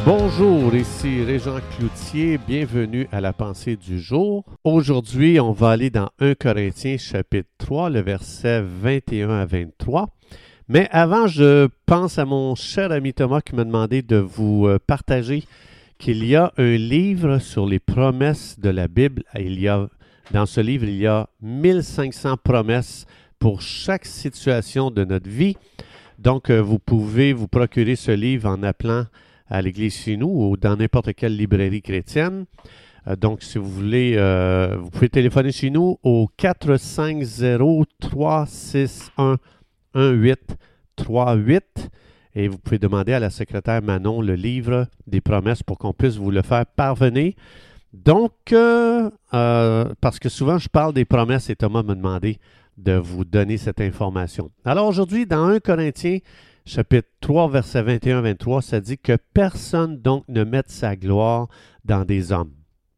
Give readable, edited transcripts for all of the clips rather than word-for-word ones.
Bonjour, ici Régent Cloutier, bienvenue à la pensée du jour. Aujourd'hui, on va aller dans 1 Corinthiens chapitre 3, le verset 21 à 23. Mais avant, je pense à mon cher ami Thomas qui m'a demandé de vous partager qu'il y a un livre sur les promesses de la Bible. Dans ce livre, il y a 1500 promesses pour chaque situation de notre vie. Donc, vous pouvez vous procurer ce livre en appelant à l'Église chez nous ou dans n'importe quelle librairie chrétienne. Donc, si vous voulez, vous pouvez téléphoner chez nous au 450-361-1838 et vous pouvez demander à la secrétaire Manon le livre des promesses pour qu'on puisse vous le faire parvenir. Donc, parce que souvent je parle des promesses et Thomas m'a demandé de vous donner cette information. Alors aujourd'hui, dans 1 Corinthiens, chapitre 3, versets 21-23, ça dit que personne donc ne mette sa gloire dans des hommes.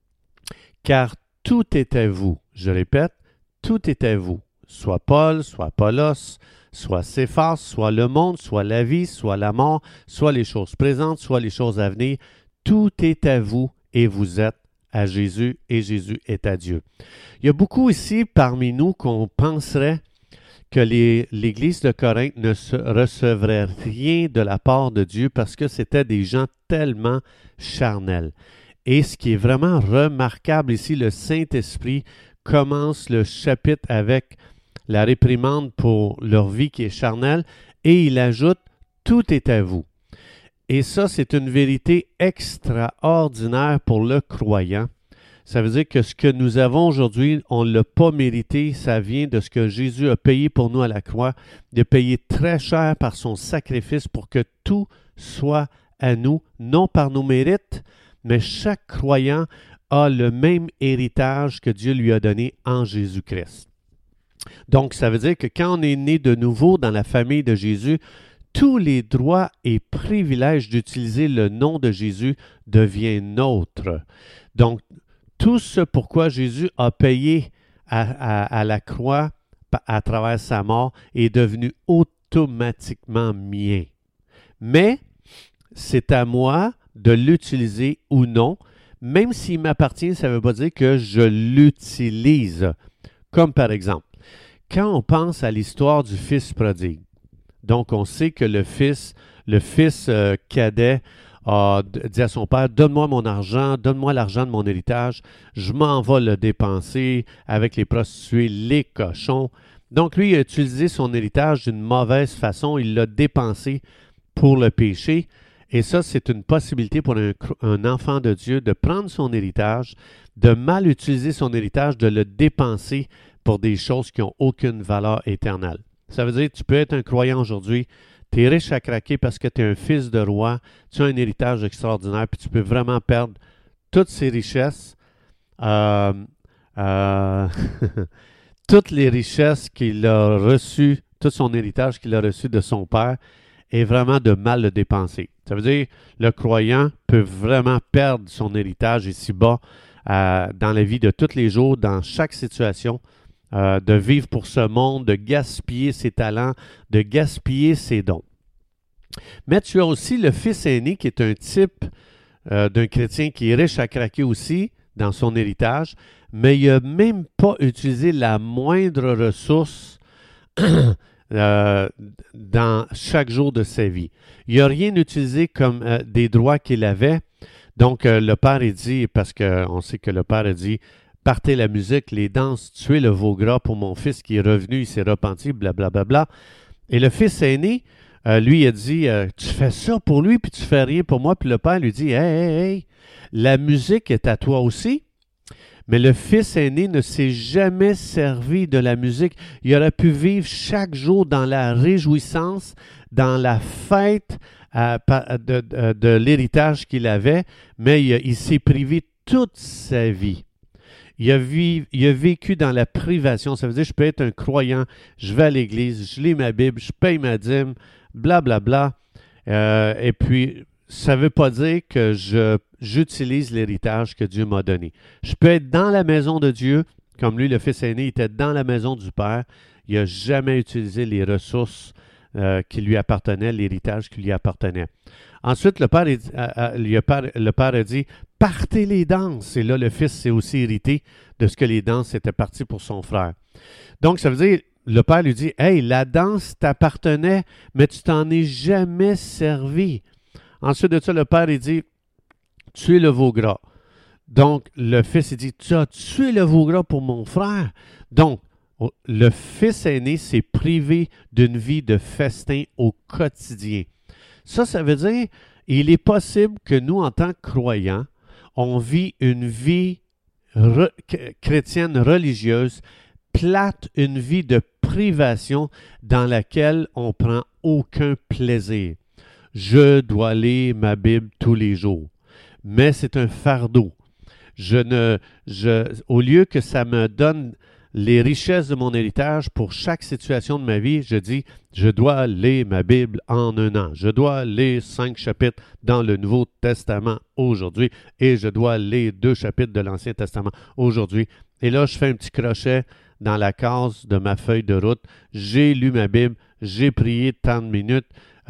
Car tout est à vous. Je répète, tout est à vous. Soit Paul, soit Apollos, soit Céphas, soit le monde, soit la vie, soit la mort, soit les choses présentes, soit les choses à venir. Tout est à vous et vous êtes à Jésus et Jésus est à Dieu. Il y a beaucoup ici parmi nous qu'on penserait que l'Église de Corinthe ne recevrait rien de la part de Dieu parce que c'était des gens tellement charnels. Et ce qui est vraiment remarquable ici, le Saint-Esprit commence le chapitre avec la réprimande pour leur vie qui est charnelle et il ajoute « Tout est à vous ». Et ça, c'est une vérité extraordinaire pour le croyant. Ça veut dire que ce que nous avons aujourd'hui, on ne l'a pas mérité. Ça vient de ce que Jésus a payé pour nous à la croix. Il a payé très cher par son sacrifice pour que tout soit à nous, non par nos mérites, mais chaque croyant a le même héritage que Dieu lui a donné en Jésus-Christ. Donc, ça veut dire que quand on est né de nouveau dans la famille de Jésus, tous les droits et privilèges d'utiliser le nom de Jésus deviennent nôtres. Donc, tout ce pourquoi Jésus a payé à la croix à travers sa mort est devenu automatiquement mien. Mais c'est à moi de l'utiliser ou non. Même s'il m'appartient, ça ne veut pas dire que je l'utilise. Comme par exemple, quand on pense à l'histoire du fils prodigue, donc on sait que le fils cadet a dit à son père, « Donne-moi mon argent, donne-moi l'argent de mon héritage, je m'en vais le dépenser avec les prostituées, les cochons. » Donc lui, il a utilisé son héritage d'une mauvaise façon, il l'a dépensé pour le péché. Et ça, c'est une possibilité pour un enfant de Dieu de prendre son héritage, de mal utiliser son héritage, de le dépenser pour des choses qui n'ont aucune valeur éternelle. Ça veut dire que tu peux être un croyant aujourd'hui, tu es riche à craquer parce que tu es un fils de roi, tu as un héritage extraordinaire, puis tu peux vraiment perdre toutes ces richesses, toutes les richesses qu'il a reçues, tout son héritage qu'il a reçu de son père, et vraiment de mal le dépenser. Ça veut dire que le croyant peut vraiment perdre son héritage ici-bas dans la vie de tous les jours, dans chaque situation, de vivre pour ce monde, de gaspiller ses talents, de gaspiller ses dons. Mais tu as aussi le fils aîné qui est un type d'un chrétien qui est riche à craquer aussi dans son héritage, mais il n'a même pas utilisé la moindre ressource dans chaque jour de sa vie. Il n'a rien utilisé comme des droits qu'il avait. Donc, le père, il dit, parce qu'on sait que le père a dit, partez la musique, les danses, tuez le veau gras pour mon fils qui est revenu, il s'est repenti, blablabla. Bla, bla, bla. Et le fils aîné, lui, il a dit, tu fais ça pour lui, puis tu fais rien pour moi. Puis le père lui dit, hey, la musique est à toi aussi. Mais le fils aîné ne s'est jamais servi de la musique. Il aurait pu vivre chaque jour dans la réjouissance, dans la fête de l'héritage qu'il avait, mais il s'est privé toute sa vie. Il a vécu dans la privation. Ça veut dire que je peux être un croyant, je vais à l'église, je lis ma Bible, je paye ma dîme, blablabla. Et puis, ça ne veut pas dire que j'utilise l'héritage que Dieu m'a donné. Je peux être dans la maison de Dieu, comme lui, le fils aîné, était dans la maison du Père. Il n'a jamais utilisé les ressources qui lui appartenait, l'héritage qui lui appartenait. Ensuite, le père a dit, partez les danses. Et là, le fils s'est aussi irrité de ce que les danses étaient parties pour son frère. Donc, ça veut dire, le père lui dit, hey, la danse t'appartenait, mais tu t'en es jamais servi. Ensuite de ça, le père, il dit, tuez le veau gras. Donc, le fils, il dit, tu as tué le veau gras pour mon frère. Donc, le fils aîné s'est privé d'une vie de festin au quotidien. Ça veut dire, il est possible que nous, en tant que croyants, on vit une vie chrétienne religieuse plate, une vie de privation dans laquelle on prend aucun plaisir. Je dois lire ma Bible tous les jours, mais c'est un fardeau. Au lieu que ça me donne les richesses de mon héritage pour chaque situation de ma vie, je dis, je dois lire ma Bible en un an. Je dois lire 5 chapitres dans le Nouveau Testament aujourd'hui et je dois lire 2 chapitres de l'Ancien Testament aujourd'hui. Et là, je fais un petit crochet dans la case de ma feuille de route. J'ai lu ma Bible, j'ai prié tant de minutes,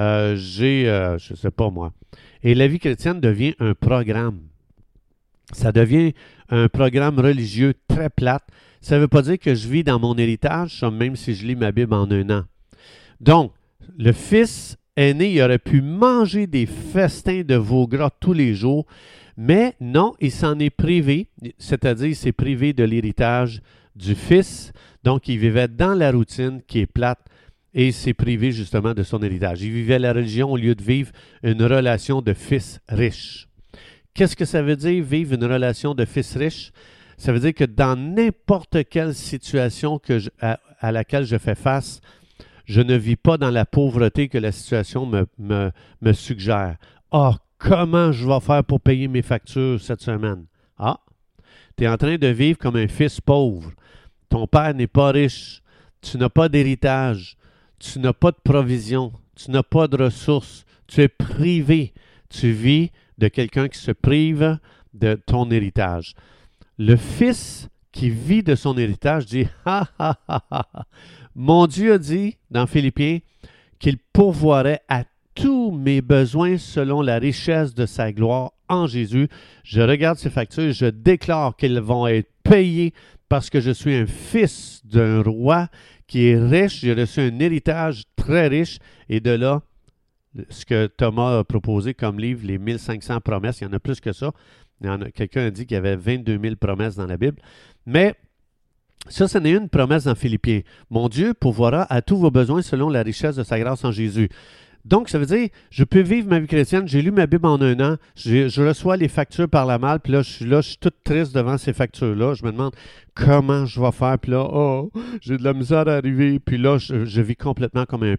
je ne sais pas moi. Et la vie chrétienne devient un programme. Ça devient un programme religieux très plate. Ça ne veut pas dire que je vis dans mon héritage, même si je lis ma Bible en un an. Donc, le fils aîné, il aurait pu manger des festins de veau gras tous les jours, mais non, il s'en est privé, c'est-à-dire il s'est privé de l'héritage du fils. Donc, il vivait dans la routine qui est plate et il s'est privé justement de son héritage. Il vivait la religion au lieu de vivre une relation de fils riche. Qu'est-ce que ça veut dire, vivre une relation de fils riche? Ça veut dire que dans n'importe quelle situation à laquelle je fais face, je ne vis pas dans la pauvreté que la situation me suggère. Ah, comment je vais faire pour payer mes factures cette semaine? Ah, tu es en train de vivre comme un fils pauvre. Ton père n'est pas riche. Tu n'as pas d'héritage. Tu n'as pas de provision. Tu n'as pas de ressources. Tu es privé. Tu vis de quelqu'un qui se prive de ton héritage. Le fils qui vit de son héritage dit « Ha, ha, ha, ha! Mon Dieu a dit dans Philippiens qu'il pourvoirait à tous mes besoins selon la richesse de sa gloire en Jésus. Je regarde ces factures, je déclare qu'elles vont être payées parce que je suis un fils d'un roi qui est riche. J'ai reçu un héritage très riche et de là, ce que Thomas a proposé comme livre, les 1500 promesses, il y en a plus que ça. Quelqu'un a dit qu'il y avait 22 000 promesses dans la Bible. Mais ça, ce n'est une promesse dans Philippiens. Mon Dieu pourvoira à tous vos besoins selon la richesse de sa grâce en Jésus. Donc, ça veut dire, je peux vivre ma vie chrétienne, j'ai lu ma Bible en un an, je reçois les factures par la malle, puis là, je suis toute triste devant ces factures-là. Je me demande comment je vais faire, puis là, oh, j'ai de la misère à arriver, puis là, je vis complètement comme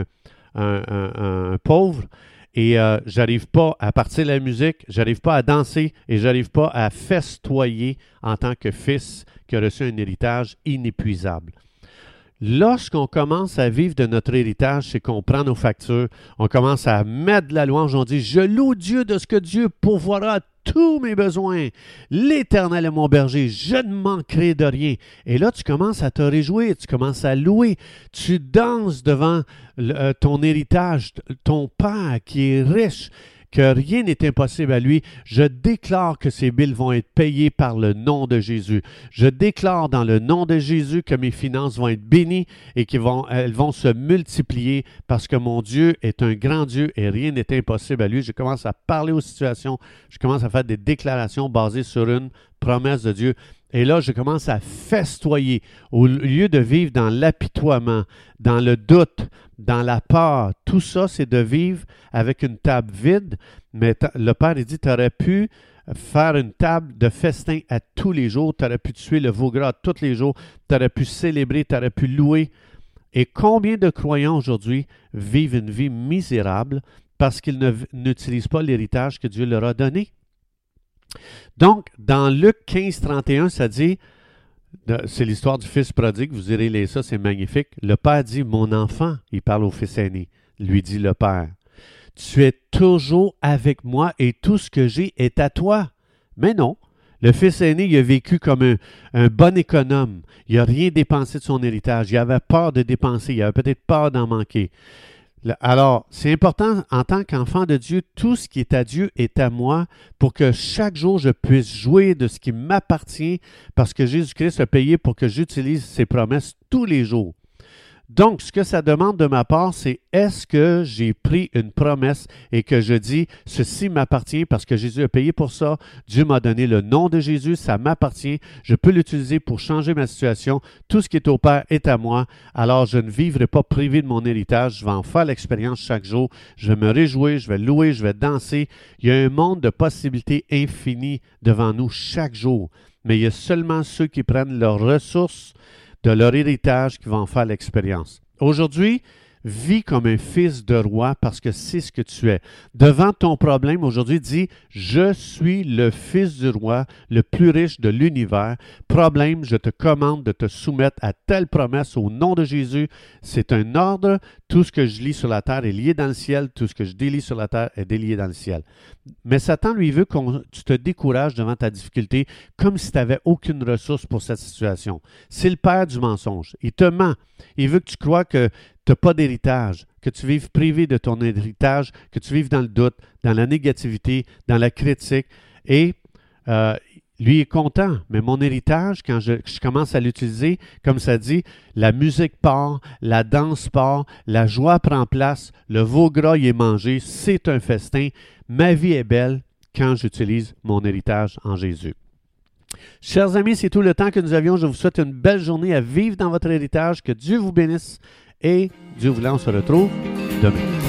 un pauvre. Et j'arrive pas à partir de la musique, j'arrive pas à danser et j'arrive pas à festoyer en tant que fils qui a reçu un héritage inépuisable. Lorsqu'on commence à vivre de notre héritage, c'est qu'on prend nos factures, on commence à mettre de la louange, on dit « Je loue Dieu de ce que Dieu pourvoira à tous mes besoins. L'Éternel est mon berger, je ne manquerai de rien. » Et là, tu commences à te réjouir, tu commences à louer, tu danses devant ton héritage, ton Père qui est riche, que rien n'est impossible à lui. Je déclare que ces billes vont être payées par le nom de Jésus. Je déclare dans le nom de Jésus que mes finances vont être bénies et qu'elles vont se multiplier parce que mon Dieu est un grand Dieu et rien n'est impossible à lui. Je commence à parler aux situations, je commence à faire des déclarations basées sur une promesse de Dieu. Et là, je commence à festoyer. Au lieu de vivre dans l'apitoiement, dans le doute, dans la peur, tout ça, c'est de vivre avec une table vide. Mais le Père, il dit, tu aurais pu faire une table de festin à tous les jours. Tu aurais pu tuer le veau gras tous les jours. Tu aurais pu célébrer, tu aurais pu louer. Et combien de croyants aujourd'hui vivent une vie misérable parce qu'ils n'utilisent pas l'héritage que Dieu leur a donné? Donc, dans Luc 15, 31, ça dit, c'est l'histoire du fils prodigue, vous irez lire ça, c'est magnifique. Le père dit, mon enfant, il parle au fils aîné, lui dit le père, tu es toujours avec moi et tout ce que j'ai est à toi. Mais non, le fils aîné, il a vécu comme un bon économe. Il n'a rien dépensé de son héritage. Il avait peur de dépenser, il avait peut-être peur d'en manquer. Alors, c'est important en tant qu'enfant de Dieu, tout ce qui est à Dieu est à moi pour que chaque jour je puisse jouir de ce qui m'appartient parce que Jésus-Christ a payé pour que j'utilise ses promesses tous les jours. Donc, ce que ça demande de ma part, c'est est-ce que j'ai pris une promesse et que je dis, ceci m'appartient parce que Jésus a payé pour ça, Dieu m'a donné le nom de Jésus, ça m'appartient, je peux l'utiliser pour changer ma situation, tout ce qui est au Père est à moi, alors je ne vivrai pas privé de mon héritage, je vais en faire l'expérience chaque jour, je vais me réjouir, je vais louer, je vais danser. Il y a un monde de possibilités infinies devant nous chaque jour, mais il y a seulement ceux qui prennent leurs ressources de leur héritage qui vont en faire l'expérience. Aujourd'hui, vis comme un fils de roi parce que c'est ce que tu es. Devant ton problème, aujourd'hui, dis « Je suis le fils du roi, le plus riche de l'univers. Problème, je te commande de te soumettre à telle promesse au nom de Jésus. C'est un ordre. Tout ce que je lis sur la terre est lié dans le ciel. Tout ce que je délie sur la terre est délié dans le ciel. » Mais Satan, lui, veut que tu te décourages devant ta difficulté comme si tu n'avais aucune ressource pour cette situation. C'est le père du mensonge. Il te ment. Il veut que tu crois que tu n'as pas d'héritage, que tu vives privé de ton héritage, que tu vives dans le doute, dans la négativité, dans la critique. Et lui est content, mais mon héritage, quand je commence à l'utiliser, comme ça dit, la musique part, la danse part, la joie prend place, le veau gras y est mangé, c'est un festin. Ma vie est belle quand j'utilise mon héritage en Jésus. Chers amis, c'est tout le temps que nous avions. Je vous souhaite une belle journée à vivre dans votre héritage. Que Dieu vous bénisse et Dieu voulant, on se retrouve demain.